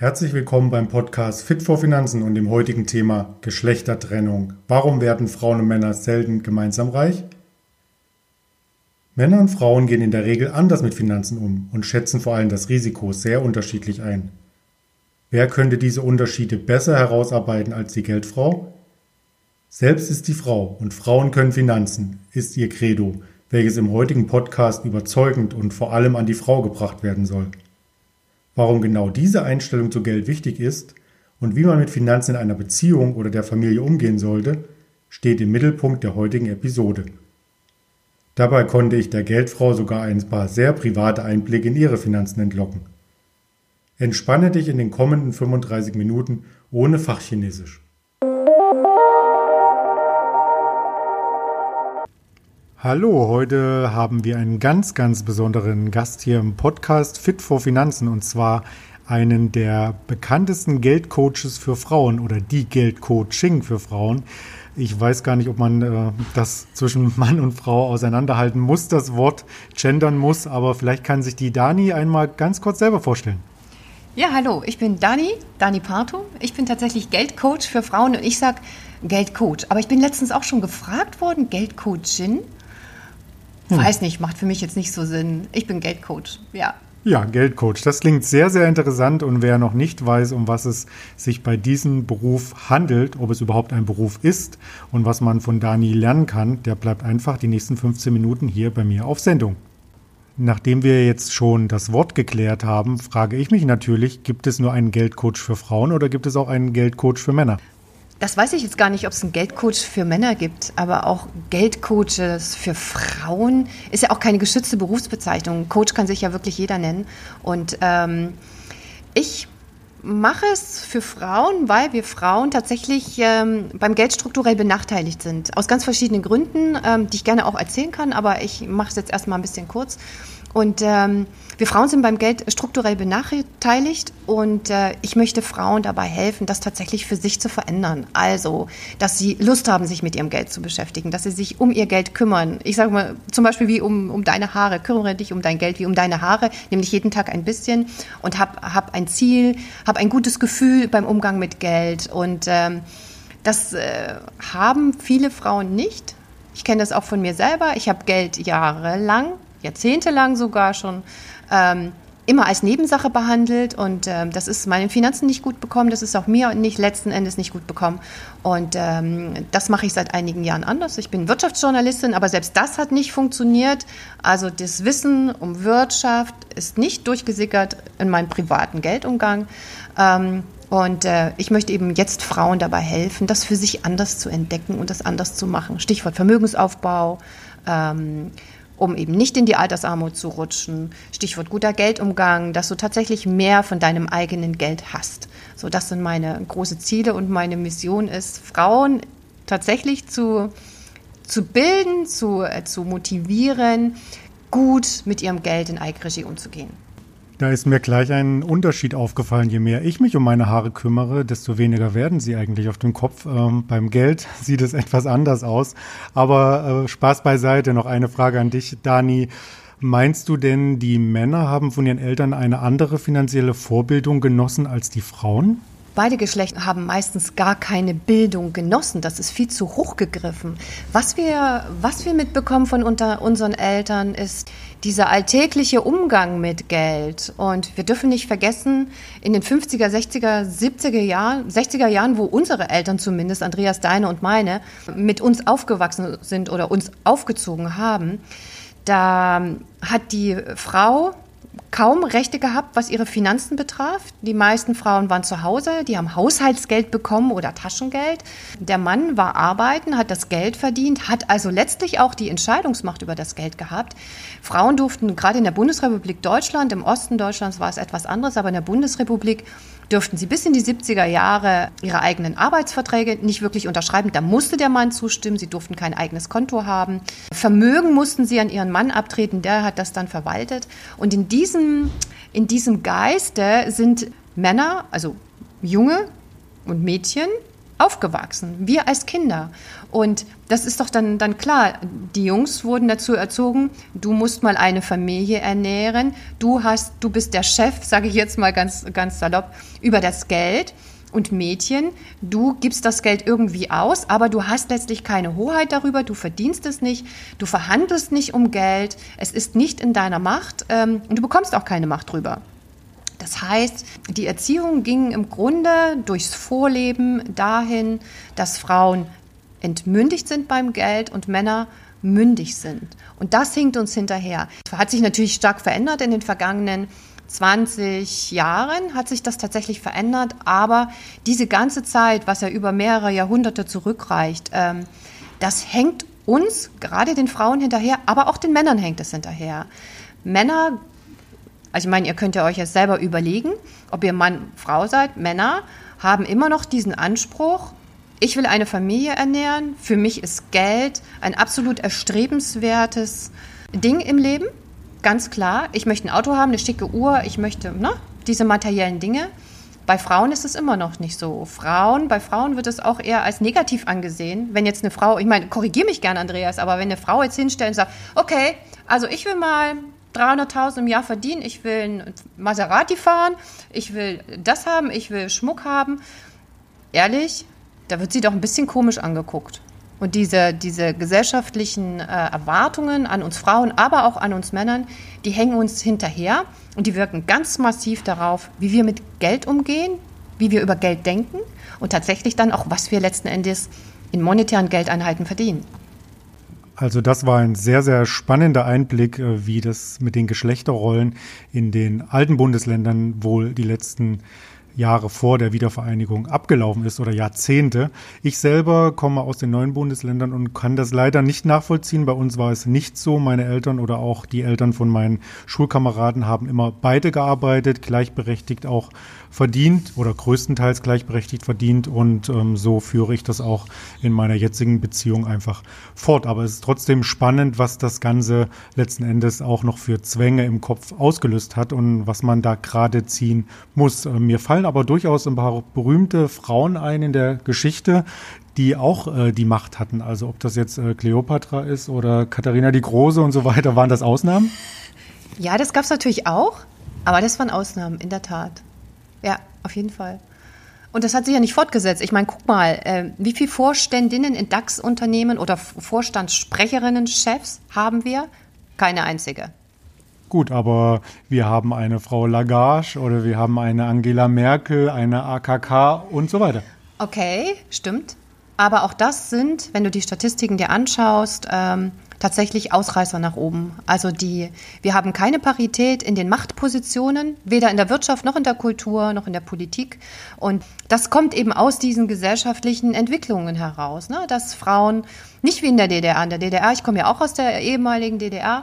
Herzlich willkommen beim Podcast Fit for Finanzen und dem heutigen Thema Geschlechtertrennung. Warum werden Frauen und Männer selten gemeinsam reich? Männer und Frauen gehen in der Regel anders mit Finanzen um und schätzen vor allem das Risiko sehr unterschiedlich ein. Wer könnte diese Unterschiede besser herausarbeiten als die Geldfrau? Selbst ist die Frau und Frauen können Finanzen, ist ihr Credo, welches im heutigen Podcast überzeugend und vor allem an die Frau gebracht werden soll. Warum genau diese Einstellung zu Geld wichtig ist und wie man mit Finanzen in einer Beziehung oder der Familie umgehen sollte, steht im Mittelpunkt der heutigen Episode. Dabei konnte ich der Geldfrau sogar ein paar sehr private Einblicke in ihre Finanzen entlocken. Entspanne dich in den kommenden 35 Minuten ohne Fachchinesisch. Hallo, heute haben wir einen ganz besonderen Gast hier im Podcast Fit for Finanzen und zwar einen der bekanntesten Geldcoaches für Frauen oder die Geldcoaching für Frauen. Ich weiß gar nicht, ob man das zwischen Mann und Frau auseinanderhalten muss, das Wort gendern muss, aber vielleicht kann sich die Dani einmal ganz kurz selber vorstellen. Ja, hallo, ich bin Dani Parto. Ich bin tatsächlich Geldcoach für Frauen und ich sage Geldcoach. Aber ich bin letztens auch schon gefragt worden, Geldcoachin? Weiß nicht, macht für mich jetzt nicht so Sinn. Ich bin Geldcoach, ja. Ja, Geldcoach. Das klingt sehr interessant und wer noch nicht weiß, um was es sich bei diesem Beruf handelt, ob es überhaupt ein Beruf ist und was man von Dani lernen kann, der bleibt einfach die nächsten 15 Minuten hier bei mir auf Sendung. Nachdem wir jetzt schon das Wort geklärt haben, frage ich mich natürlich, gibt es nur einen Geldcoach für Frauen oder gibt es auch einen Geldcoach für Männer? Das weiß ich jetzt gar nicht, ob es einen Geldcoach für Männer gibt, aber auch Geldcoaches für Frauen ist ja auch keine geschützte Berufsbezeichnung. Coach kann sich ja wirklich jeder nennen. Und ich mache es für Frauen, weil wir Frauen tatsächlich beim Geld strukturell benachteiligt sind. Aus ganz verschiedenen Gründen, die ich gerne auch erzählen kann, aber ich mache es jetzt erstmal ein bisschen kurz. Und wir Frauen sind beim Geld strukturell benachteiligt und ich möchte Frauen dabei helfen, das tatsächlich für sich zu verändern. Also, dass sie Lust haben, sich mit ihrem Geld zu beschäftigen, dass sie sich um ihr Geld kümmern. Ich sage mal zum Beispiel wie um deine Haare. Kümmere dich um dein Geld wie um deine Haare, nämlich jeden Tag ein bisschen und hab ein Ziel, hab ein gutes Gefühl beim Umgang mit Geld. Und das haben viele Frauen nicht. Ich kenne das auch von mir selber. Ich habe Geld jahrzehntelang sogar schon immer als Nebensache behandelt und das ist meinen Finanzen nicht gut bekommen, das ist auch mir nicht letzten Endes nicht gut bekommen und das mache ich seit einigen Jahren anders. Ich bin Wirtschaftsjournalistin, aber selbst das hat nicht funktioniert. Also das Wissen um Wirtschaft ist nicht durchgesickert in meinem privaten Geldumgang und ich möchte eben jetzt Frauen dabei helfen, das für sich anders zu entdecken und das anders zu machen. Stichwort Vermögensaufbau, um eben nicht in die Altersarmut zu rutschen. Stichwort guter Geldumgang, dass du tatsächlich mehr von deinem eigenen Geld hast. So, das sind meine großen Ziele und meine Mission ist, Frauen tatsächlich zu bilden, zu motivieren, gut mit ihrem Geld in Eigenregie umzugehen. Da ist mir gleich ein Unterschied aufgefallen. Je mehr ich mich um meine Haare kümmere, desto weniger werden sie eigentlich auf dem Kopf. Beim Geld sieht es etwas anders aus. Aber Spaß beiseite, noch eine Frage an dich, Dani. Meinst du denn, die Männer haben von ihren Eltern eine andere finanzielle Vorbildung genossen als die Frauen? Beide Geschlechter haben meistens gar keine Bildung genossen. Das ist viel zu hoch gegriffen. Was wir mitbekommen von unseren Eltern ist dieser alltägliche Umgang mit Geld. Und wir dürfen nicht vergessen, in den 50er, 60er, 60er Jahren, wo unsere Eltern zumindest, Andreas, deine und meine, mit uns aufgewachsen sind oder uns aufgezogen haben, da hat die Frau kaum Rechte gehabt, was ihre Finanzen betraf. Die meisten Frauen waren zu Hause, die haben Haushaltsgeld bekommen oder Taschengeld. Der Mann war arbeiten, hat das Geld verdient, hat also letztlich auch die Entscheidungsmacht über das Geld gehabt. Frauen durften gerade in der Bundesrepublik Deutschland, im Osten Deutschlands war es etwas anderes, aber in der Bundesrepublik dürften sie bis in die 70er Jahre ihre eigenen Arbeitsverträge nicht wirklich unterschreiben. Da musste der Mann zustimmen, sie durften kein eigenes Konto haben. Vermögen mussten sie an ihren Mann abtreten, der hat das dann verwaltet. Und in diesem Geiste sind Männer, also Junge und Mädchen, aufgewachsen, wir als Kinder. Und das ist doch dann klar, die Jungs wurden dazu erzogen, du musst mal eine Familie ernähren, du bist der Chef, sage ich jetzt mal ganz salopp, über das Geld. Und Mädchen, du gibst das Geld irgendwie aus, aber du hast letztlich keine Hoheit darüber, du verdienst es nicht, du verhandelst nicht um Geld, es ist nicht in deiner Macht und du bekommst auch keine Macht drüber. Das heißt, die Erziehung ging im Grunde durchs Vorleben dahin, dass Frauen entmündigt sind beim Geld und Männer mündig sind. Und das hinkt uns hinterher. Das hat sich natürlich stark verändert in den vergangenen 20 Jahren hat sich das tatsächlich verändert, aber diese ganze Zeit, was ja über mehrere Jahrhunderte zurückreicht, das hängt uns, gerade den Frauen hinterher, aber auch den Männern hängt es hinterher. Männer, also ich meine, ihr könnt ja euch jetzt selber überlegen, ob ihr Mann, Frau seid, Männer haben immer noch diesen Anspruch, ich will eine Familie ernähren, für mich ist Geld ein absolut erstrebenswertes Ding im Leben. Ganz klar, ich möchte ein Auto haben, eine schicke Uhr, ich möchte diese materiellen Dinge. Bei Frauen ist es immer noch nicht so. Bei Frauen wird es auch eher als negativ angesehen. Wenn jetzt eine Frau, ich meine, korrigiere mich gern, Andreas, aber wenn eine Frau jetzt hinstellt und sagt, okay, also ich will mal 300.000 im Jahr verdienen, ich will ein Maserati fahren, ich will das haben, ich will Schmuck haben. Ehrlich, da wird sie doch ein bisschen komisch angeguckt. Und diese gesellschaftlichen Erwartungen an uns Frauen, aber auch an uns Männern, die hängen uns hinterher und die wirken ganz massiv darauf, wie wir mit Geld umgehen, wie wir über Geld denken und tatsächlich dann auch, was wir letzten Endes in monetären Geldeinheiten verdienen. Also das war ein sehr, sehr spannender Einblick, wie das mit den Geschlechterrollen in den alten Bundesländern wohl die letzten Jahre vor der Wiedervereinigung abgelaufen ist oder Jahrzehnte. Ich selber komme aus den neuen Bundesländern und kann das leider nicht nachvollziehen. Bei uns war es nicht so. Meine Eltern oder auch die Eltern von meinen Schulkameraden haben immer beide gearbeitet, gleichberechtigt auch verdient oder größtenteils gleichberechtigt verdient und so führe ich das auch in meiner jetzigen Beziehung einfach fort. Aber es ist trotzdem spannend, was das Ganze letzten Endes auch noch für Zwänge im Kopf ausgelöst hat und was man da gerade ziehen muss. Mir fallen aber durchaus ein paar berühmte Frauen ein in der Geschichte, die auch die Macht hatten. Also ob das jetzt Kleopatra ist oder Katharina die Große und so weiter, waren das Ausnahmen? Ja, das gab es natürlich auch, aber das waren Ausnahmen, in der Tat. Ja, auf jeden Fall. Und das hat sich ja nicht fortgesetzt. Ich meine, guck mal, wie viele Vorständinnen in DAX-Unternehmen oder Vorstandssprecherinnen, Chefs haben wir? Keine einzige. Gut, aber wir haben eine Frau Lagarde oder wir haben eine Angela Merkel, eine AKK und so weiter. Okay, stimmt. Aber auch das sind, wenn du die Statistiken dir anschaust, tatsächlich Ausreißer nach oben. Also wir haben keine Parität in den Machtpositionen, weder in der Wirtschaft noch in der Kultur noch in der Politik. Und das kommt eben aus diesen gesellschaftlichen Entwicklungen heraus, ne? Dass Frauen, nicht wie in der DDR, ich komme ja auch aus der ehemaligen DDR,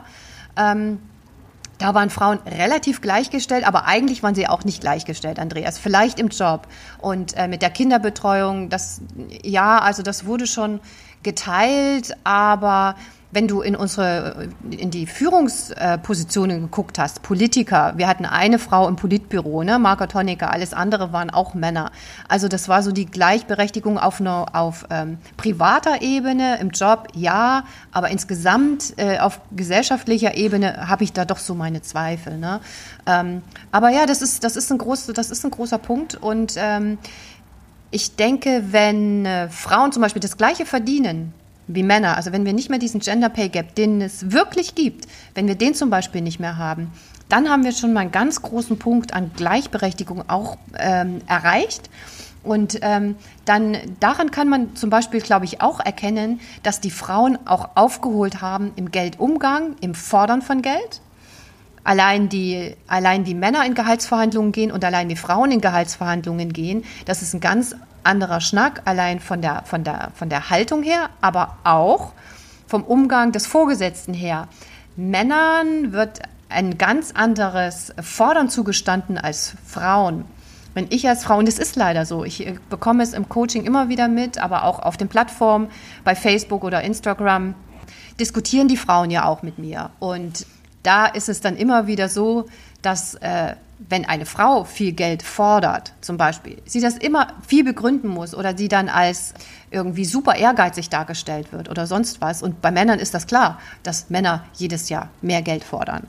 da waren Frauen relativ gleichgestellt, aber eigentlich waren sie auch nicht gleichgestellt, Andreas. Vielleicht im Job und mit der Kinderbetreuung, das wurde schon geteilt, aber wenn du in die Führungspositionen geguckt hast, Politiker, wir hatten eine Frau im Politbüro, ne, Margot Honecker, alles andere waren auch Männer. Also das war so die Gleichberechtigung auf privater Ebene, im Job, ja, aber insgesamt auf gesellschaftlicher Ebene habe ich da doch so meine Zweifel. Ne? Aber ja, das ist ein großer Punkt und ich denke, wenn Frauen zum Beispiel das Gleiche verdienen wie Männer, also wenn wir nicht mehr diesen Gender Pay Gap, den es wirklich gibt, wenn wir den zum Beispiel nicht mehr haben, dann haben wir schon mal einen ganz großen Punkt an Gleichberechtigung auch erreicht. Und dann daran kann man zum Beispiel, glaube ich, auch erkennen, dass die Frauen auch aufgeholt haben im Geldumgang, im Fordern von Geld. Allein die Männer in Gehaltsverhandlungen gehen und allein die Frauen in Gehaltsverhandlungen gehen, das ist ein ganz anderer Schnack, allein von der Haltung her, aber auch vom Umgang des Vorgesetzten her. Männern wird ein ganz anderes Fordern zugestanden als Frauen. Wenn ich als Frau, und das ist leider so, ich bekomme es im Coaching immer wieder mit, aber auch auf den Plattformen, bei Facebook oder Instagram, diskutieren die Frauen ja auch mit mir. Und da ist es dann immer wieder so, dass wenn eine Frau viel Geld fordert, zum Beispiel, sie das immer viel begründen muss oder sie dann als irgendwie super ehrgeizig dargestellt wird oder sonst was. Und bei Männern ist das klar, dass Männer jedes Jahr mehr Geld fordern.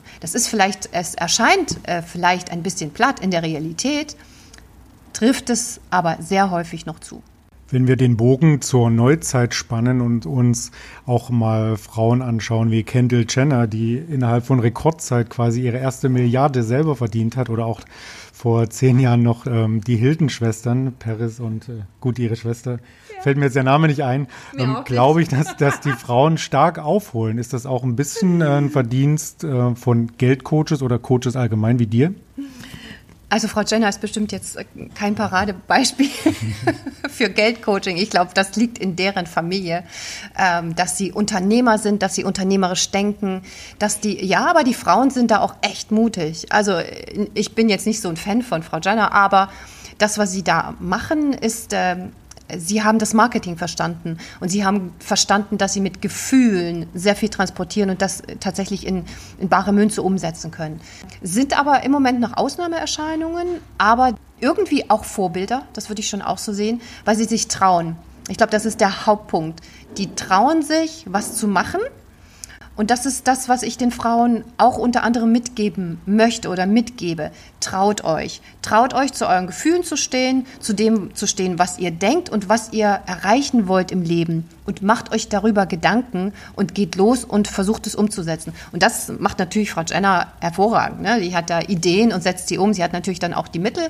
Es erscheint vielleicht ein bisschen platt in der Realität, trifft es aber sehr häufig noch zu. Wenn wir den Bogen zur Neuzeit spannen und uns auch mal Frauen anschauen wie Kendall Jenner, die innerhalb von Rekordzeit quasi ihre erste Milliarde selber verdient hat, oder auch vor 10 Jahren noch die Hilton-Schwestern, Paris und ihre Schwester, fällt mir jetzt der Name nicht ein, glaube ich, dass die Frauen stark aufholen. Ist das auch ein bisschen ein Verdienst von Geldcoaches oder Coaches allgemein wie dir? Also Frau Jenner ist bestimmt jetzt kein Paradebeispiel für Geldcoaching. Ich glaube, das liegt in deren Familie, dass sie Unternehmer sind, dass sie unternehmerisch denken, aber die Frauen sind da auch echt mutig. Also ich bin jetzt nicht so ein Fan von Frau Jenner, aber das, was sie da machen, ist, sie haben das Marketing verstanden und sie haben verstanden, dass sie mit Gefühlen sehr viel transportieren und das tatsächlich in bare Münze umsetzen können. Sind aber im Moment noch Ausnahmeerscheinungen, aber irgendwie auch Vorbilder, das würde ich schon auch so sehen, weil sie sich trauen. Ich glaube, das ist der Hauptpunkt. Die trauen sich, was zu machen. Und das ist das, was ich den Frauen auch unter anderem mitgeben möchte oder mitgebe. Traut euch. Traut euch, zu euren Gefühlen zu stehen, zu dem zu stehen, was ihr denkt und was ihr erreichen wollt im Leben. Und macht euch darüber Gedanken und geht los und versucht es umzusetzen. Und das macht natürlich Frau Jenner hervorragend, ne? Die hat da Ideen und setzt sie um. Sie hat natürlich dann auch die Mittel.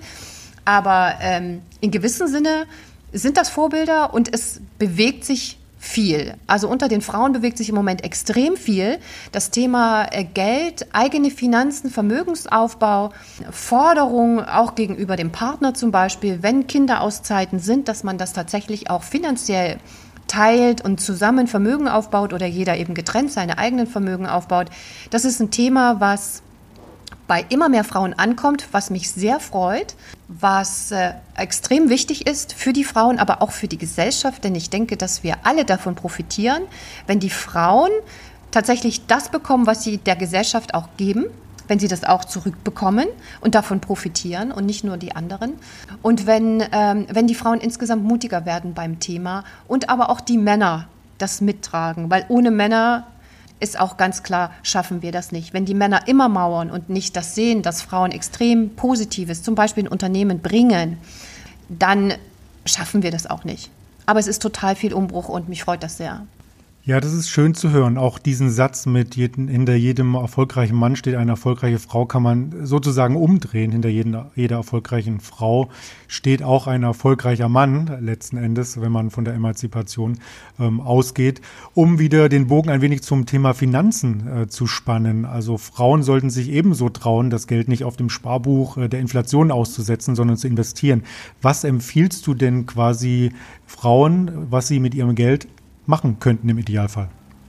Aber in gewissem Sinne sind das Vorbilder und es bewegt sich viel. Also unter den Frauen bewegt sich im Moment extrem viel. Das Thema Geld, eigene Finanzen, Vermögensaufbau, Forderungen auch gegenüber dem Partner zum Beispiel, wenn Kinderauszeiten sind, dass man das tatsächlich auch finanziell teilt und zusammen Vermögen aufbaut oder jeder eben getrennt seine eigenen Vermögen aufbaut. Das ist ein Thema, was bei immer mehr Frauen ankommt, was mich sehr freut, was extrem wichtig ist für die Frauen, aber auch für die Gesellschaft, denn ich denke, dass wir alle davon profitieren, wenn die Frauen tatsächlich das bekommen, was sie der Gesellschaft auch geben, wenn sie das auch zurückbekommen und davon profitieren und nicht nur die anderen. Und wenn die Frauen insgesamt mutiger werden beim Thema und aber auch die Männer das mittragen, weil ohne Männer ist auch ganz klar, schaffen wir das nicht. Wenn die Männer immer mauern und nicht das sehen, dass Frauen extrem Positives, zum Beispiel in Unternehmen bringen, dann schaffen wir das auch nicht. Aber es ist total viel Umbruch und mich freut das sehr. Ja, das ist schön zu hören. Auch diesen Satz mit hinter jedem erfolgreichen Mann steht eine erfolgreiche Frau, kann man sozusagen umdrehen. Hinter jeder erfolgreichen Frau steht auch ein erfolgreicher Mann, letzten Endes, wenn man von der Emanzipation ausgeht. Um wieder den Bogen ein wenig zum Thema Finanzen zu spannen. Also Frauen sollten sich ebenso trauen, das Geld nicht auf dem Sparbuch der Inflation auszusetzen, sondern zu investieren. Was empfiehlst du denn quasi Frauen, was sie mit ihrem Geld machen könnten im Idealfall?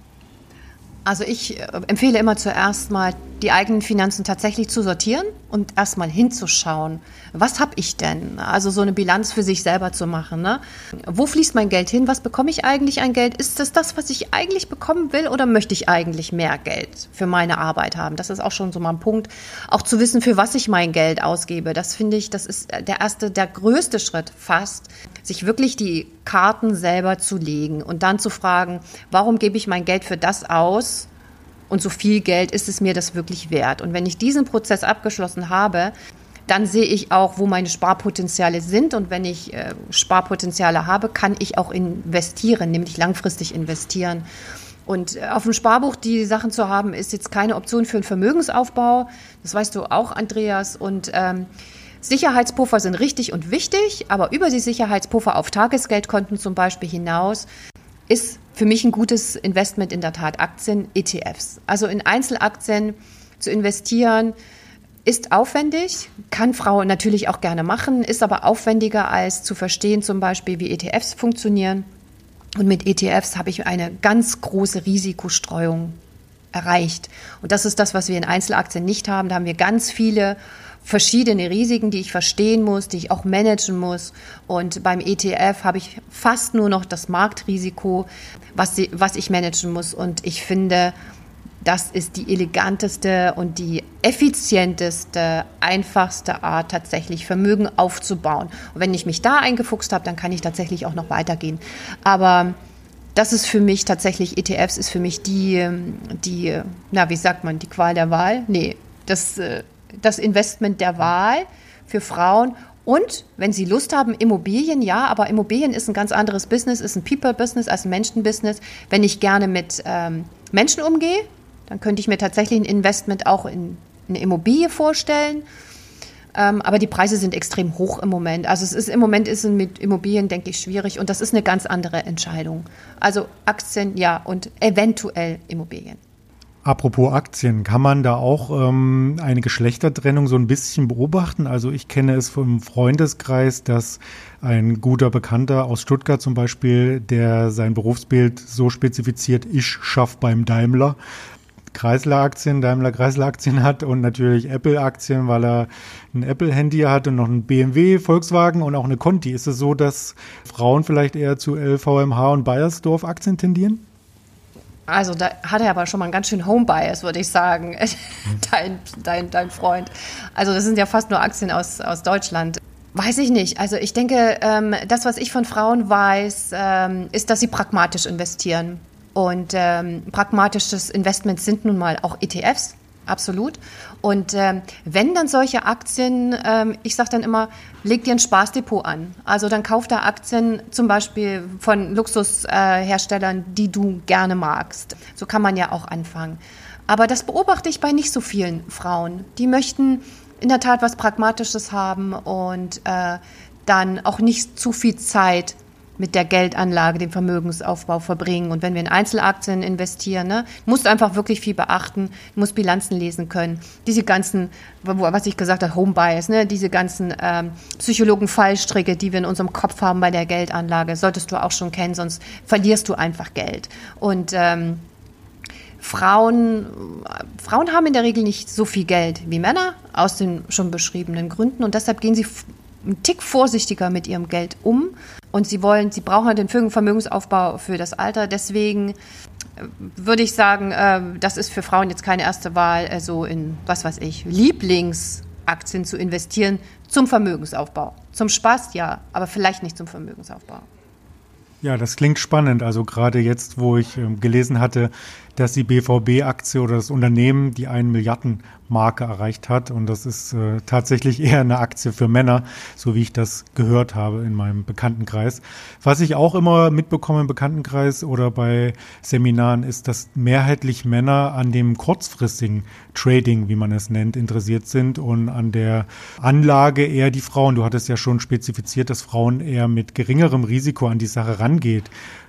Also ich empfehle immer zuerst mal, die eigenen Finanzen tatsächlich zu sortieren und erst mal hinzuschauen, was habe ich denn? Also so eine Bilanz für sich selber zu machen. Ne? Wo fließt mein Geld hin? Was bekomme ich eigentlich an Geld? Ist das, was ich eigentlich bekommen will oder möchte ich eigentlich mehr Geld für meine Arbeit haben? Das ist auch schon so mal ein Punkt. Auch zu wissen, für was ich mein Geld ausgebe. Das finde ich, das ist der größte Schritt fast, sich wirklich die Karten selber zu legen und dann zu fragen, warum gebe ich mein Geld für das aus? Und so viel Geld, ist es mir das wirklich wert? Und wenn ich diesen Prozess abgeschlossen habe, dann sehe ich auch, wo meine Sparpotenziale sind. Und wenn ich Sparpotenziale habe, kann ich auch investieren, nämlich langfristig investieren. Und auf dem Sparbuch die Sachen zu haben, ist jetzt keine Option für einen Vermögensaufbau. Das weißt du auch, Andreas. Und Sicherheitspuffer sind richtig und wichtig, aber über die Sicherheitspuffer auf Tagesgeldkonten zum Beispiel hinaus ist für mich ein gutes Investment in der Tat Aktien, ETFs. Also in Einzelaktien zu investieren ist aufwendig, kann Frau natürlich auch gerne machen, ist aber aufwendiger als zu verstehen zum Beispiel, wie ETFs funktionieren. Und mit ETFs habe ich eine ganz große Risikostreuung erreicht. Und das ist das, was wir in Einzelaktien nicht haben. Da haben wir ganz viele verschiedene Risiken, die ich verstehen muss, die ich auch managen muss. Und beim ETF habe ich fast nur noch das Marktrisiko, was ich managen muss. Und ich finde, das ist die eleganteste und die effizienteste, einfachste Art, tatsächlich Vermögen aufzubauen. Und wenn ich mich da eingefuchst habe, dann kann ich tatsächlich auch noch weitergehen. Aber das ist für mich tatsächlich, ETFs ist für mich die wie sagt man, die Qual der Wahl? Nee, das Investment der Wahl für Frauen. Und wenn Sie Lust haben, Immobilien, ja, aber Immobilien ist ein ganz anderes Business, ist ein People-Business als ein Menschen-Business. Wenn ich gerne mit Menschen umgehe, dann könnte ich mir tatsächlich ein Investment auch in eine Immobilie vorstellen. Aber die Preise sind extrem hoch im Moment. Also im Moment ist es mit Immobilien, denke ich, schwierig. Und das ist eine ganz andere Entscheidung. Also Aktien, ja, und eventuell Immobilien. Apropos Aktien, kann man da auch eine Geschlechtertrennung so ein bisschen beobachten? Also ich kenne es vom Freundeskreis, dass ein guter Bekannter aus Stuttgart zum Beispiel, der sein Berufsbild so spezifiziert, ich schaffe beim Daimler Daimler-Chrysler-Aktien hat und natürlich Apple-Aktien, weil er ein Apple-Handy hat und noch ein BMW, Volkswagen und auch eine Conti. Ist es so, dass Frauen vielleicht eher zu LVMH und Beiersdorf-Aktien tendieren? Also da hat er aber schon mal einen ganz schön Home-Bias, würde ich sagen, dein Freund. Also das sind ja fast nur Aktien aus Deutschland. Weiß ich nicht. Also ich denke, das, was ich von Frauen weiß, ist, dass sie pragmatisch investieren. Und pragmatisches Investment sind nun mal auch ETFs, absolut. Und wenn dann solche Aktien, ich sage dann immer, leg dir ein Spaßdepot an. Also dann kauf da Aktien zum Beispiel von Luxusherstellern, die du gerne magst. So kann man ja auch anfangen. Aber das beobachte ich bei nicht so vielen Frauen. Die möchten in der Tat was Pragmatisches haben und dann auch nicht zu viel Zeit mit der Geldanlage, dem Vermögensaufbau verbringen. Und wenn wir in Einzelaktien investieren, musst du einfach wirklich viel beachten, musst Bilanzen lesen können. Diese ganzen, was ich gesagt habe, Home Bias, diese ganzen Psychologen-Fallstricke, die wir in unserem Kopf haben bei der Geldanlage, solltest du auch schon kennen, sonst verlierst du einfach Geld. Und Frauen haben in der Regel nicht so viel Geld wie Männer, aus den schon beschriebenen Gründen. Und deshalb gehen sie einen Tick vorsichtiger mit ihrem Geld um. Und sie brauchen den Vermögensaufbau für das Alter. Deswegen würde ich sagen, das ist für Frauen jetzt keine erste Wahl, so in, Lieblingsaktien zu investieren zum Vermögensaufbau. Zum Spaß, ja, aber vielleicht nicht zum Vermögensaufbau. Ja, das klingt spannend. Also gerade jetzt, wo ich gelesen hatte, dass die BVB-Aktie oder das Unternehmen die 1 Milliarden-Marke erreicht hat. Und das ist tatsächlich eher eine Aktie für Männer, so wie ich das gehört habe in meinem Bekanntenkreis. Was ich auch immer mitbekomme im Bekanntenkreis oder bei Seminaren ist, dass mehrheitlich Männer an dem kurzfristigen Trading, wie man es nennt, interessiert sind und an der Anlage eher die Frauen. Du hattest ja schon spezifiziert, dass Frauen eher mit geringerem Risiko an die Sache rangehen.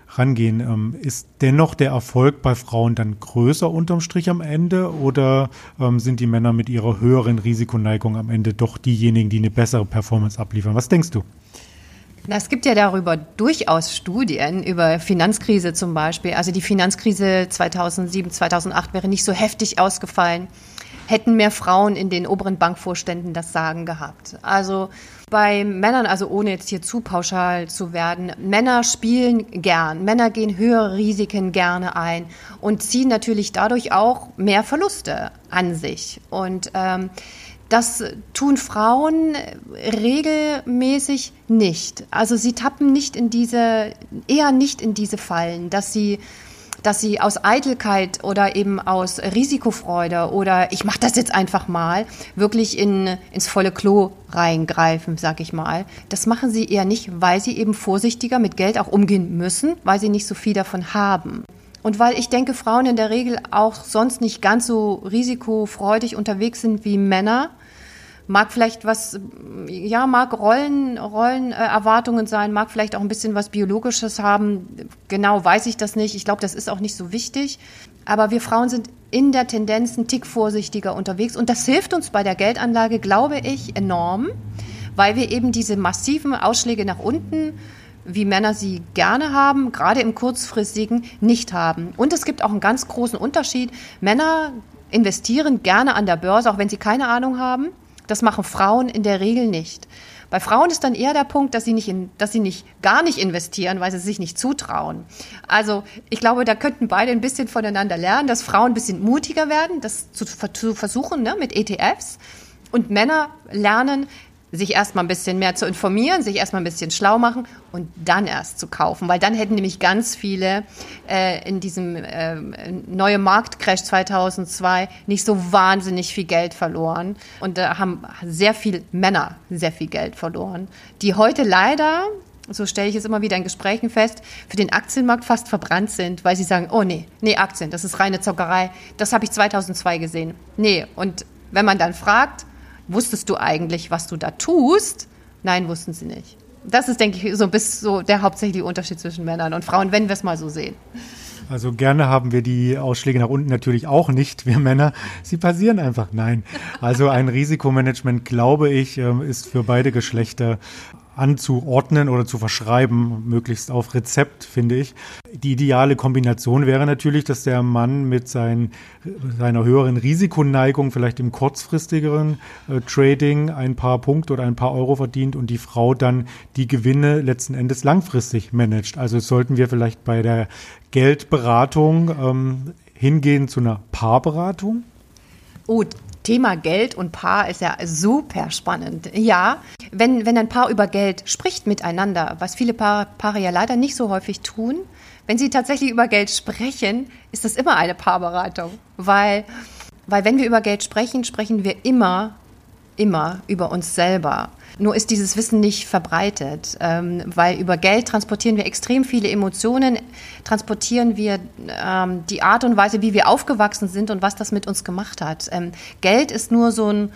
Ist dennoch der Erfolg bei Frauen dann größer unterm Strich am Ende oder sind die Männer mit ihrer höheren Risikoneigung am Ende doch diejenigen, die eine bessere Performance abliefern? Was denkst du? Es gibt ja darüber durchaus Studien, über Finanzkrise zum Beispiel. Also die Finanzkrise 2007, 2008 wäre nicht so heftig ausgefallen, hätten mehr Frauen in den oberen Bankvorständen das Sagen gehabt. Also bei Männern, also ohne jetzt hier zu pauschal zu werden, Männer spielen gern, Männer gehen höhere Risiken gerne ein und ziehen natürlich dadurch auch mehr Verluste an sich. Und das tun Frauen regelmäßig nicht. Also sie tappen eher nicht in diese Fallen, dass sie aus Eitelkeit oder eben aus Risikofreude oder ich mache das jetzt einfach mal, wirklich ins volle Klo reingreifen, sag ich mal. Das machen sie eher nicht, weil sie eben vorsichtiger mit Geld auch umgehen müssen, weil sie nicht so viel davon haben. Und weil ich denke, Frauen in der Regel auch sonst nicht ganz so risikofreudig unterwegs sind wie Männer, mag vielleicht mag Rollenerwartungen sein, mag vielleicht auch ein bisschen was Biologisches haben. Genau weiß ich das nicht. Ich glaube, das ist auch nicht so wichtig. Aber wir Frauen sind in der Tendenz einen Tick vorsichtiger unterwegs. Und das hilft uns bei der Geldanlage, glaube ich, enorm, weil wir eben diese massiven Ausschläge nach unten, wie Männer sie gerne haben, gerade im kurzfristigen, nicht haben. Und es gibt auch einen ganz großen Unterschied. Männer investieren gerne an der Börse, auch wenn sie keine Ahnung haben. Das machen Frauen in der Regel nicht. Bei Frauen ist dann eher der Punkt, dass sie gar nicht investieren, weil sie sich nicht zutrauen. Also ich glaube, da könnten beide ein bisschen voneinander lernen, dass Frauen ein bisschen mutiger werden, das zu versuchen, ne, mit ETFs. Und Männer lernen, sich erstmal ein bisschen mehr zu informieren, sich erstmal ein bisschen schlau machen und dann erst zu kaufen. Weil dann hätten nämlich ganz viele in diesem neuen Marktcrash 2002 nicht so wahnsinnig viel Geld verloren. Und da haben sehr viele Männer sehr viel Geld verloren, die heute leider, so stelle ich es immer wieder in Gesprächen fest, für den Aktienmarkt fast verbrannt sind, weil sie sagen, oh nee, Aktien, das ist reine Zockerei, das habe ich 2002 gesehen. Nee, und wenn man dann fragt, wusstest du eigentlich, was du da tust? Nein, wussten sie nicht. Das ist, denke ich, so der hauptsächliche Unterschied zwischen Männern und Frauen, wenn wir es mal so sehen. Also gerne haben wir die Ausschläge nach unten natürlich auch nicht, wir Männer. Sie passieren einfach. Nein. Also ein Risikomanagement, glaube ich, ist für beide Geschlechter anzuordnen oder zu verschreiben, möglichst auf Rezept, finde ich. Die ideale Kombination wäre natürlich, dass der Mann mit seiner höheren Risikoneigung vielleicht im kurzfristigeren Trading ein paar Punkte oder ein paar Euro verdient und die Frau dann die Gewinne letzten Endes langfristig managt. Also sollten wir vielleicht bei der Geldberatung hingehen zu einer Paarberatung? Oh, Thema Geld und Paar ist ja super spannend. Ja, wenn ein Paar über Geld spricht miteinander, was viele Paare ja leider nicht so häufig tun, wenn sie tatsächlich über Geld sprechen, ist das immer eine Paarberatung. Weil wenn wir über Geld sprechen, sprechen wir immer über uns selber. Nur ist dieses Wissen nicht verbreitet, weil über Geld transportieren wir extrem viele Emotionen, transportieren wir die Art und Weise, wie wir aufgewachsen sind und was das mit uns gemacht hat. Geld ist nur so ein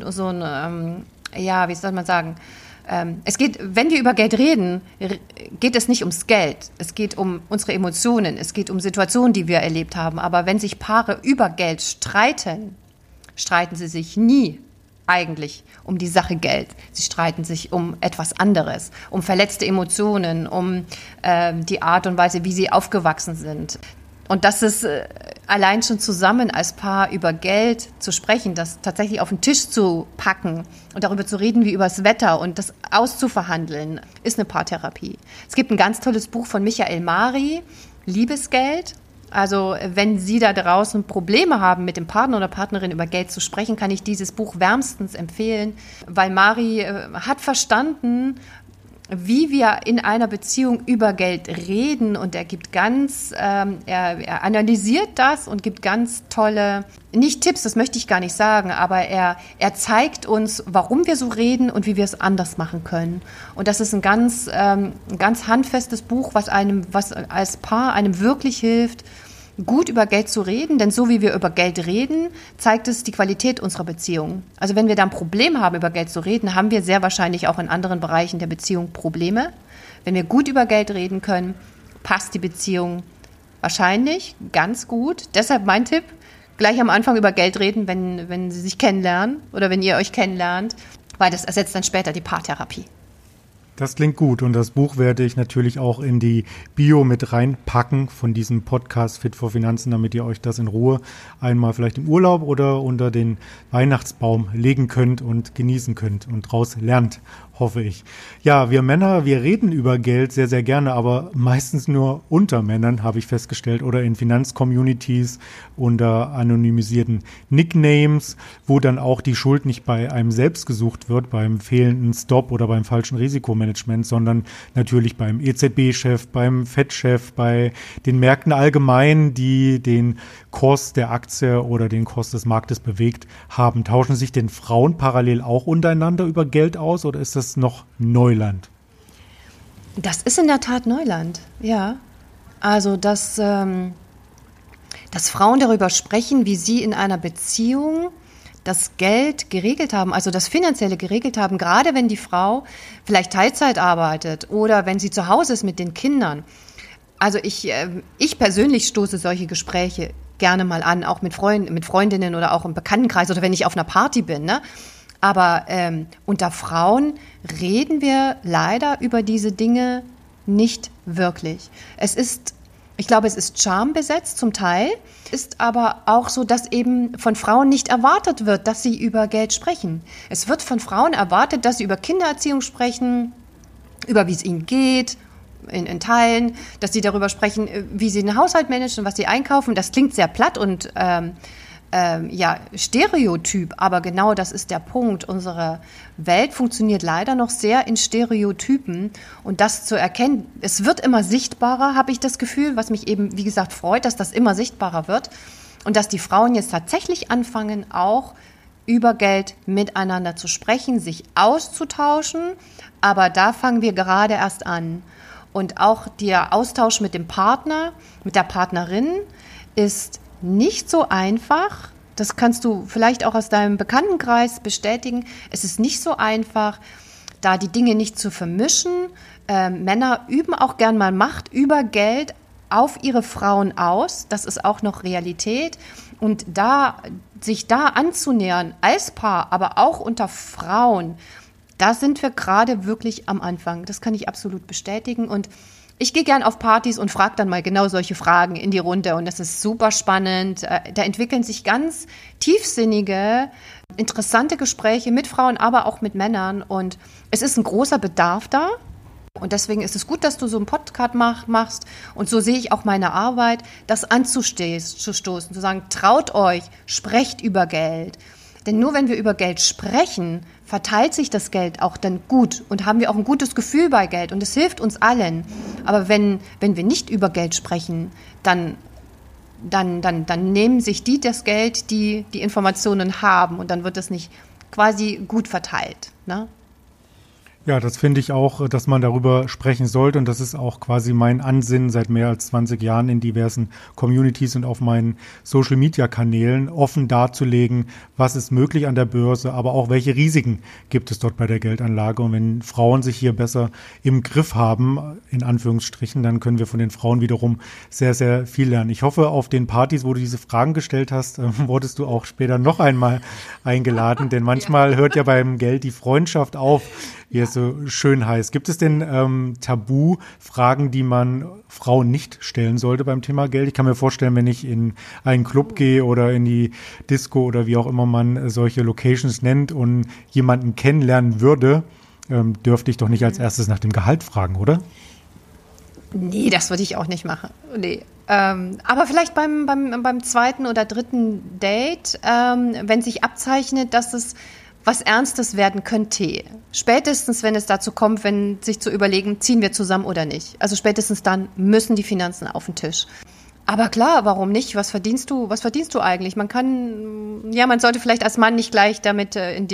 wie soll man sagen, es geht, wenn wir über Geld reden, geht es nicht ums Geld. Es geht um unsere Emotionen, es geht um Situationen, die wir erlebt haben. Aber wenn sich Paare über Geld streiten sie sich nie eigentlich um die Sache Geld. Sie streiten sich um etwas anderes, um verletzte Emotionen, um die Art und Weise, wie sie aufgewachsen sind. Und das ist allein schon zusammen als Paar über Geld zu sprechen, das tatsächlich auf den Tisch zu packen und darüber zu reden wie über das Wetter und das auszuverhandeln, ist eine Paartherapie. Es gibt ein ganz tolles Buch von Michael Mari, Liebesgeld. Also wenn Sie da draußen Probleme haben, mit dem Partner oder Partnerin über Geld zu sprechen, kann ich dieses Buch wärmstens empfehlen, weil Mari hat verstanden, wie wir in einer Beziehung über Geld reden und er gibt er analysiert das und gibt ganz tolle, nicht Tipps, das möchte ich gar nicht sagen, aber er zeigt uns, warum wir so reden und wie wir es anders machen können. Und das ist ein ganz handfestes Buch, was als Paar einem wirklich hilft, gut über Geld zu reden, denn so wie wir über Geld reden, zeigt es die Qualität unserer Beziehung. Also wenn wir da ein Problem haben, über Geld zu reden, haben wir sehr wahrscheinlich auch in anderen Bereichen der Beziehung Probleme. Wenn wir gut über Geld reden können, passt die Beziehung wahrscheinlich ganz gut. Deshalb mein Tipp, gleich am Anfang über Geld reden, wenn Sie sich kennenlernen oder wenn ihr euch kennenlernt, weil das ersetzt dann später die Paartherapie. Das klingt gut und das Buch werde ich natürlich auch in die Bio mit reinpacken von diesem Podcast Fit for Finanzen, damit ihr euch das in Ruhe einmal vielleicht im Urlaub oder unter den Weihnachtsbaum legen könnt und genießen könnt und draus lernt, hoffe ich. Ja, wir Männer, wir reden über Geld sehr, sehr gerne, aber meistens nur unter Männern, habe ich festgestellt, oder in Finanzcommunities unter anonymisierten Nicknames, wo dann auch die Schuld nicht bei einem selbst gesucht wird, beim fehlenden Stop oder beim falschen Risikomanagement, sondern natürlich beim EZB-Chef, beim FED-Chef, bei den Märkten allgemein, die den Kurs der Aktie oder den Kurs des Marktes bewegt haben. Tauschen sich denn Frauen parallel auch untereinander über Geld aus oder ist das noch Neuland? Das ist in der Tat Neuland, ja. Also, dass Frauen darüber sprechen, wie sie in einer Beziehung das Geld geregelt haben, also das Finanzielle geregelt haben, gerade wenn die Frau vielleicht Teilzeit arbeitet oder wenn sie zu Hause ist mit den Kindern. Also ich persönlich stoße solche Gespräche gerne mal an, auch mit Freundinnen oder auch im Bekanntenkreis oder wenn ich auf einer Party bin, ne? Aber unter Frauen reden wir leider über diese Dinge nicht wirklich. Es ist Ich glaube, es ist schambesetzt zum Teil, ist aber auch so, dass eben von Frauen nicht erwartet wird, dass sie über Geld sprechen. Es wird von Frauen erwartet, dass sie über Kindererziehung sprechen, über wie es ihnen geht, in Teilen, dass sie darüber sprechen, wie sie den Haushalt managen, was sie einkaufen. Das klingt sehr platt und Stereotyp, aber genau das ist der Punkt. Unsere Welt funktioniert leider noch sehr in Stereotypen und das zu erkennen, es wird immer sichtbarer, habe ich das Gefühl, was mich eben, wie gesagt, freut, dass das immer sichtbarer wird und dass die Frauen jetzt tatsächlich anfangen, auch über Geld miteinander zu sprechen, sich auszutauschen, aber da fangen wir gerade erst an. Und auch der Austausch mit dem Partner, mit der Partnerin ist nicht so einfach. Das kannst du vielleicht auch aus deinem Bekanntenkreis bestätigen. Es ist nicht so einfach, da die Dinge nicht zu vermischen. Männer üben auch gern mal Macht über Geld auf ihre Frauen aus. Das ist auch noch Realität. Und sich da anzunähern als Paar, aber auch unter Frauen, da sind wir gerade wirklich am Anfang. Das kann ich absolut bestätigen. Und ich gehe gern auf Partys und frage dann mal genau solche Fragen in die Runde und das ist super spannend. Da entwickeln sich ganz tiefsinnige, interessante Gespräche mit Frauen, aber auch mit Männern und es ist ein großer Bedarf da und deswegen ist es gut, dass du so einen Podcast machst und so sehe ich auch meine Arbeit, das anzustoßen, zu sagen, traut euch, sprecht über Geld. Denn nur wenn wir über Geld sprechen, verteilt sich das Geld auch dann gut und haben wir auch ein gutes Gefühl bei Geld und es hilft uns allen. Aber wenn wir nicht über Geld sprechen, dann nehmen sich die das Geld, die die Informationen haben und dann wird es nicht quasi gut verteilt, ne? Ja, das finde ich auch, dass man darüber sprechen sollte und das ist auch quasi mein Ansinnen seit mehr als 20 Jahren in diversen Communities und auf meinen Social-Media-Kanälen offen darzulegen, was ist möglich an der Börse, aber auch welche Risiken gibt es dort bei der Geldanlage und wenn Frauen sich hier besser im Griff haben, in Anführungsstrichen, dann können wir von den Frauen wiederum sehr, sehr viel lernen. Ich hoffe, auf den Partys, wo du diese Fragen gestellt hast, wurdest du auch später noch einmal eingeladen, denn manchmal hört ja beim Geld die Freundschaft auf, wie es so schön heißt. Gibt es denn Tabu-Fragen, die man Frauen nicht stellen sollte beim Thema Geld? Ich kann mir vorstellen, wenn ich in einen Club gehe oder in die Disco oder wie auch immer man solche Locations nennt und jemanden kennenlernen würde, dürfte ich doch nicht als erstes nach dem Gehalt fragen, oder? Nee, das würde ich auch nicht machen. Nee. Aber vielleicht beim zweiten oder dritten Date, wenn sich abzeichnet, dass es was Ernstes werden könnte. Spätestens, wenn es dazu kommt, wenn sich zu überlegen, ziehen wir zusammen oder nicht. Also spätestens dann müssen die Finanzen auf den Tisch. Aber klar, warum nicht? Was verdienst du eigentlich? Man sollte vielleicht als Mann nicht gleich damit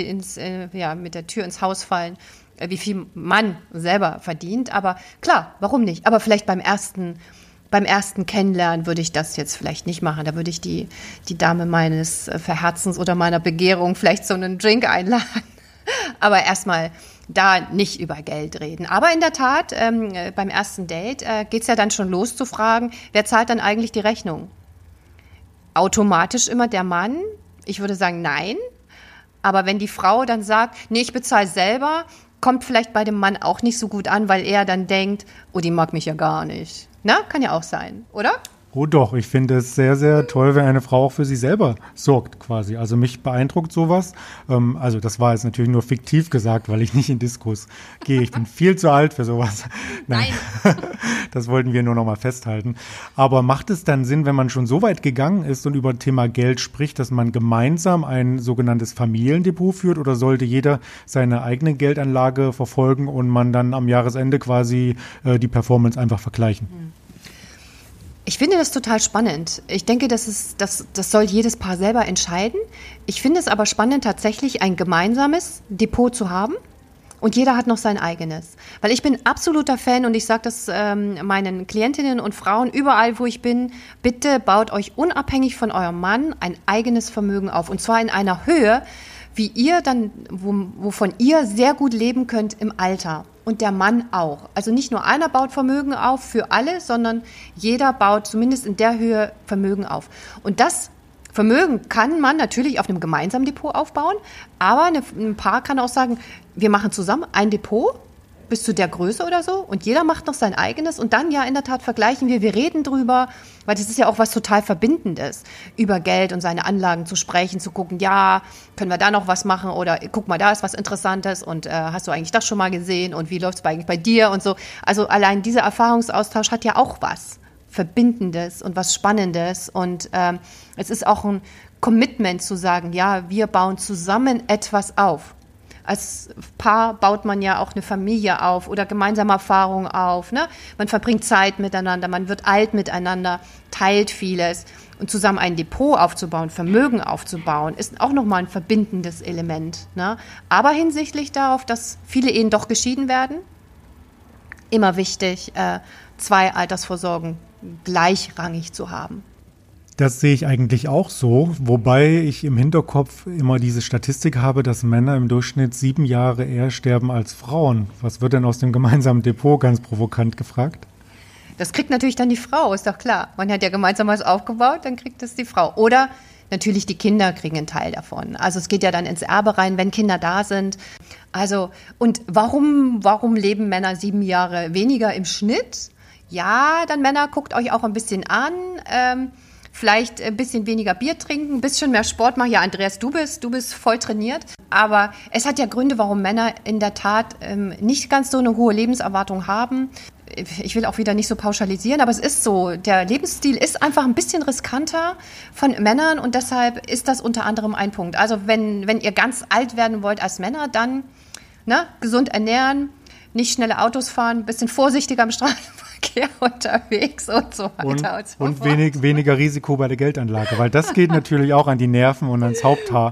mit der Tür ins Haus fallen, wie viel man selber verdient. Aber klar, warum nicht? Aber vielleicht beim ersten Kennenlernen würde ich das jetzt vielleicht nicht machen. Da würde ich die Dame meines Verherzens oder meiner Begehrung vielleicht so einen Drink einladen. Aber erstmal da nicht über Geld reden. Aber in der Tat, beim ersten Date geht's ja dann schon los zu fragen, wer zahlt dann eigentlich die Rechnung? Automatisch immer der Mann? Ich würde sagen, nein. Aber wenn die Frau dann sagt, nee, ich bezahle selber, kommt vielleicht bei dem Mann auch nicht so gut an, weil er dann denkt, oh, die mag mich ja gar nicht. Na, kann ja auch sein, oder? Oh doch, ich finde es sehr, sehr toll, wenn eine Frau auch für sich selber sorgt quasi. Also mich beeindruckt sowas. Also das war jetzt natürlich nur fiktiv gesagt, weil ich nicht in Diskos gehe. Ich bin viel zu alt für sowas. Nein. Das wollten wir nur noch mal festhalten. Aber macht es dann Sinn, wenn man schon so weit gegangen ist und über Thema Geld spricht, dass man gemeinsam ein sogenanntes Familiendepot führt oder sollte jeder seine eigene Geldanlage verfolgen und man dann am Jahresende quasi die Performance einfach vergleichen? Ich finde das total spannend. Ich denke, das soll jedes Paar selber entscheiden. Ich finde es aber spannend, tatsächlich ein gemeinsames Depot zu haben. Und jeder hat noch sein eigenes. Weil ich bin absoluter Fan und ich sage das meinen Klientinnen und Frauen überall, wo ich bin, bitte baut euch unabhängig von eurem Mann ein eigenes Vermögen auf. Und zwar in einer Höhe, wie ihr dann, wovon ihr sehr gut leben könnt im Alter. Und der Mann auch. Also nicht nur einer baut Vermögen auf für alle, sondern jeder baut zumindest in der Höhe Vermögen auf. Und das Vermögen kann man natürlich auf einem gemeinsamen Depot aufbauen, aber ein Paar kann auch sagen, wir machen zusammen ein Depot bis zu der Größe oder so und jeder macht noch sein eigenes und dann ja in der Tat vergleichen wir reden drüber, weil das ist ja auch was total Verbindendes, über Geld und seine Anlagen zu sprechen, zu gucken, ja, können wir da noch was machen oder guck mal, da ist was Interessantes und hast du eigentlich das schon mal gesehen und wie läuft es eigentlich bei dir und so. Also allein dieser Erfahrungsaustausch hat ja auch was Verbindendes und was Spannendes und es ist auch ein Commitment zu sagen, ja, wir bauen zusammen etwas auf. Als Paar baut man ja auch eine Familie auf oder gemeinsame Erfahrungen auf. Ne? Man verbringt Zeit miteinander, man wird alt miteinander, teilt vieles. Und zusammen ein Depot aufzubauen, Vermögen aufzubauen, ist auch nochmal ein verbindendes Element. Ne? Aber hinsichtlich darauf, dass viele Ehen doch geschieden werden, immer wichtig, 2 Altersvorsorgen gleichrangig zu haben. Das sehe ich eigentlich auch so, wobei ich im Hinterkopf immer diese Statistik habe, dass Männer im Durchschnitt 7 Jahre eher sterben als Frauen. Was wird denn aus dem gemeinsamen Depot, ganz provokant gefragt? Das kriegt natürlich dann die Frau, ist doch klar. Man hat ja gemeinsam was aufgebaut, dann kriegt das die Frau. Oder natürlich die Kinder kriegen einen Teil davon. Also es geht ja dann ins Erbe rein, wenn Kinder da sind. Also und warum leben Männer 7 Jahre weniger im Schnitt? Ja, dann Männer, guckt euch auch ein bisschen an. Vielleicht ein bisschen weniger Bier trinken, ein bisschen mehr Sport machen. Ja, Andreas, du bist voll trainiert. Aber es hat ja Gründe, warum Männer in der Tat nicht ganz so eine hohe Lebenserwartung haben. Ich will auch wieder nicht so pauschalisieren, aber es ist so. Der Lebensstil ist einfach ein bisschen riskanter von Männern und deshalb ist das unter anderem ein Punkt. Also wenn ihr ganz alt werden wollt als Männer, dann gesund ernähren, nicht schnelle Autos fahren, ein bisschen vorsichtiger im Straßenverkehr unterwegs und so weiter und so fort. Und weniger Risiko bei der Geldanlage, weil das geht natürlich auch an die Nerven und ans Haupthaar.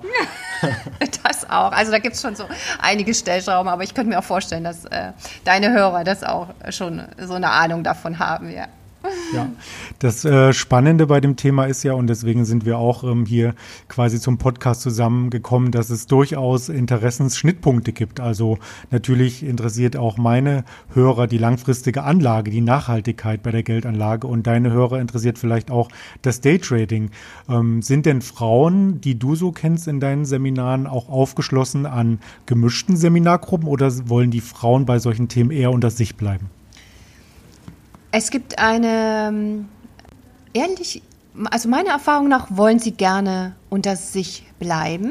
Das auch. Also da gibt es schon so einige Stellschrauben, aber ich könnte mir auch vorstellen, dass deine Hörer das auch schon so eine Ahnung davon haben, ja. Ja, das Spannende bei dem Thema ist ja, und deswegen sind wir auch hier quasi zum Podcast zusammengekommen, dass es durchaus Interessensschnittpunkte gibt. Also natürlich interessiert auch meine Hörer die langfristige Anlage, die Nachhaltigkeit bei der Geldanlage und deine Hörer interessiert vielleicht auch das Daytrading. Sind denn Frauen, die du so kennst in deinen Seminaren, auch aufgeschlossen an gemischten Seminargruppen oder wollen die Frauen bei solchen Themen eher unter sich bleiben? Es gibt also meiner Erfahrung nach wollen sie gerne unter sich bleiben.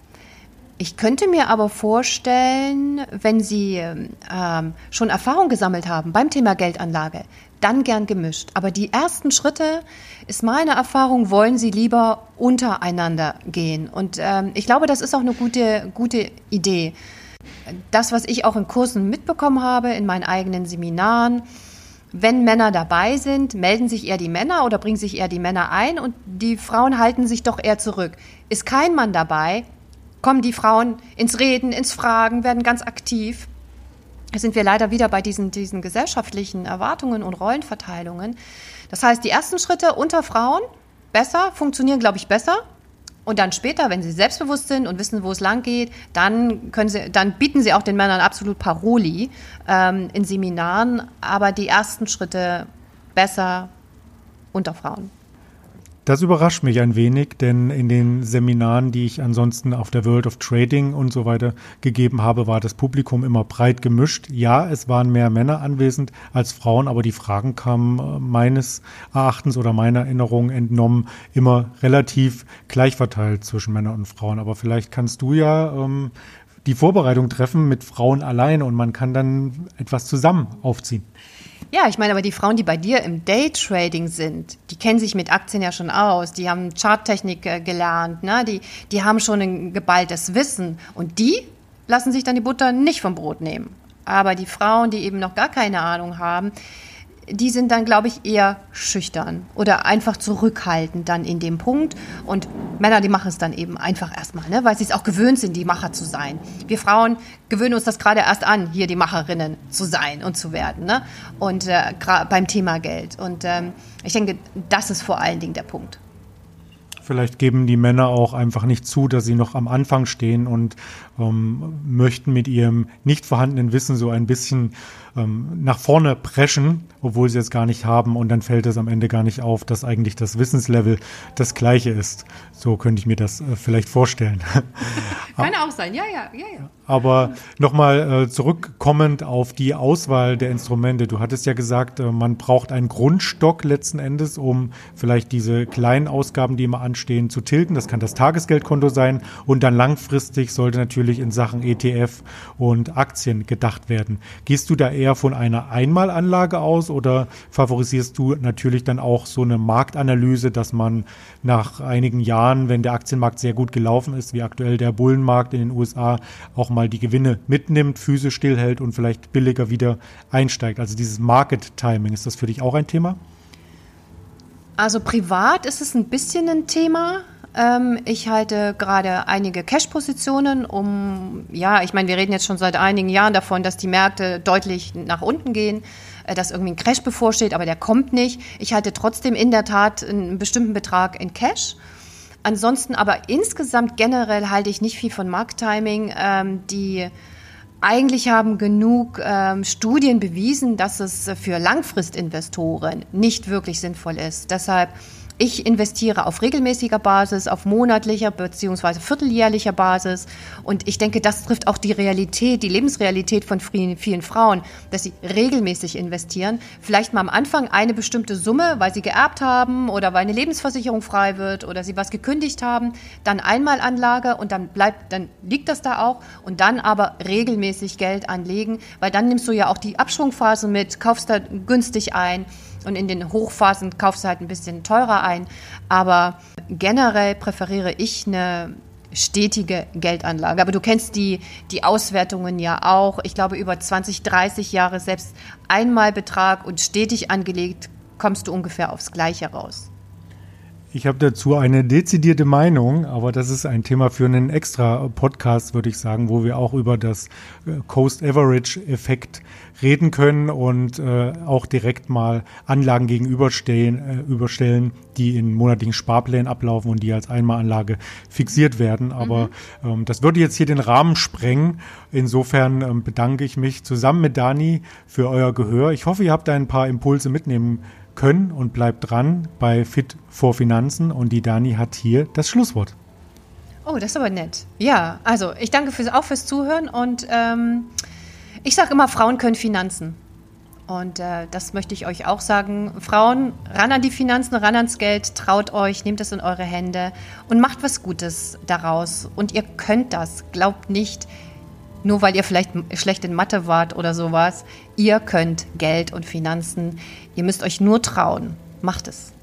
Ich könnte mir aber vorstellen, wenn sie schon Erfahrung gesammelt haben beim Thema Geldanlage, dann gern gemischt. Aber die ersten Schritte, ist meine Erfahrung, wollen sie lieber untereinander gehen. Und ich glaube, das ist auch eine gute Idee. Das, was ich auch in Kursen mitbekommen habe, in meinen eigenen Seminaren, wenn Männer dabei sind, melden sich eher die Männer oder bringen sich eher die Männer ein und die Frauen halten sich doch eher zurück. Ist kein Mann dabei, kommen die Frauen ins Reden, ins Fragen, werden ganz aktiv. Da sind wir leider wieder bei diesen gesellschaftlichen Erwartungen und Rollenverteilungen. Das heißt, die ersten Schritte unter Frauen funktionieren, glaube ich, besser. Und dann später, wenn sie selbstbewusst sind und wissen, wo es lang geht, dann bieten sie auch den Männern absolut Paroli in Seminaren. Aber die ersten Schritte besser unter Frauen. Das überrascht mich ein wenig, denn in den Seminaren, die ich ansonsten auf der World of Trading und so weiter gegeben habe, war das Publikum immer breit gemischt. Ja, es waren mehr Männer anwesend als Frauen, aber die Fragen kamen meines Erachtens oder meiner Erinnerung entnommen immer relativ gleich verteilt zwischen Männern und Frauen. Aber vielleicht kannst du ja die Vorbereitung treffen mit Frauen allein und man kann dann etwas zusammen aufziehen. Ja, ich meine, aber die Frauen, die bei dir im Daytrading sind, die kennen sich mit Aktien ja schon aus, die haben Charttechnik gelernt, ne? Die haben schon ein geballtes Wissen und die lassen sich dann die Butter nicht vom Brot nehmen. Aber die Frauen, die eben noch gar keine Ahnung haben, die sind dann, glaube ich, eher schüchtern oder einfach zurückhaltend dann in dem Punkt. Und Männer, die machen es dann eben einfach erstmal, ne? Weil sie es auch gewöhnt sind, die Macher zu sein. Wir Frauen gewöhnen uns das gerade erst an, hier die Macherinnen zu sein und zu werden, ne? Und beim Thema Geld. Und ich denke, das ist vor allen Dingen der Punkt. Vielleicht geben die Männer auch einfach nicht zu, dass sie noch am Anfang stehen und möchten mit ihrem nicht vorhandenen Wissen so ein bisschen nach vorne preschen, obwohl sie es gar nicht haben. Und dann fällt es am Ende gar nicht auf, dass eigentlich das Wissenslevel das gleiche ist. So könnte ich mir das vielleicht vorstellen. Kann auch sein, ja. Aber nochmal zurückkommend auf die Auswahl der Instrumente. Du hattest ja gesagt, man braucht einen Grundstock letzten Endes, um vielleicht diese kleinen Ausgaben, die immer anstehen, zu tilgen. Das kann das Tagesgeldkonto sein. Und dann langfristig sollte natürlich in Sachen ETF und Aktien gedacht werden. Gehst du da eher von einer Einmalanlage aus oder favorisierst du natürlich dann auch so eine Marktanalyse, dass man nach einigen Jahren, wenn der Aktienmarkt sehr gut gelaufen ist, wie aktuell der Bullenmarkt in den USA, auch mal die Gewinne mitnimmt, Füße stillhält und vielleicht billiger wieder einsteigt? Also dieses Market Timing, ist das für dich auch ein Thema? Also privat ist es ein bisschen ein Thema. Ich halte gerade einige Cash-Positionen, ich meine, wir reden jetzt schon seit einigen Jahren davon, dass die Märkte deutlich nach unten gehen, dass irgendwie ein Crash bevorsteht, aber der kommt nicht. Ich halte trotzdem in der Tat einen bestimmten Betrag in Cash. Ansonsten aber insgesamt generell halte ich nicht viel von Markttiming. Die eigentlich haben genug Studien bewiesen, dass es für Langfristinvestoren nicht wirklich sinnvoll ist. Deshalb, ich investiere auf regelmäßiger Basis, auf monatlicher bzw. vierteljährlicher Basis. Und ich denke, das trifft auch die Realität, die Lebensrealität von vielen Frauen, dass sie regelmäßig investieren. Vielleicht mal am Anfang eine bestimmte Summe, weil sie geerbt haben oder weil eine Lebensversicherung frei wird oder sie was gekündigt haben. Dann Einmalanlage und dann liegt das da auch. Und dann aber regelmäßig Geld anlegen, weil dann nimmst du ja auch die Abschwungphase mit, kaufst da günstig ein. Und in den Hochphasen kaufst du halt ein bisschen teurer ein. Aber generell präferiere ich eine stetige Geldanlage. Aber du kennst die Auswertungen ja auch. Ich glaube, über 20, 30 Jahre selbst Einmalbetrag und stetig angelegt, kommst du ungefähr aufs Gleiche raus. Ich habe dazu eine dezidierte Meinung, aber das ist ein Thema für einen extra Podcast, würde ich sagen, wo wir auch über das Coast Average Effekt reden können und auch direkt mal Anlagen überstellen, die in monatlichen Sparplänen ablaufen und die als Einmalanlage fixiert werden. Aber das würde jetzt hier den Rahmen sprengen. Insofern bedanke ich mich zusammen mit Dani für euer Gehör. Ich hoffe, ihr habt ein paar Impulse mitnehmen können und bleibt dran bei Fit for Finanzen und die Dani hat hier das Schlusswort. Oh, das ist aber nett. Ja, also ich danke fürs Zuhören und ich sage immer, Frauen können Finanzen. Und das möchte ich euch auch sagen. Frauen, ran an die Finanzen, ran ans Geld, traut euch, nehmt es in eure Hände und macht was Gutes daraus. Und ihr könnt das, glaubt nicht, nur weil ihr vielleicht schlecht in Mathe wart oder sowas. Ihr könnt Geld und Finanzen. Ihr müsst euch nur trauen. Macht es.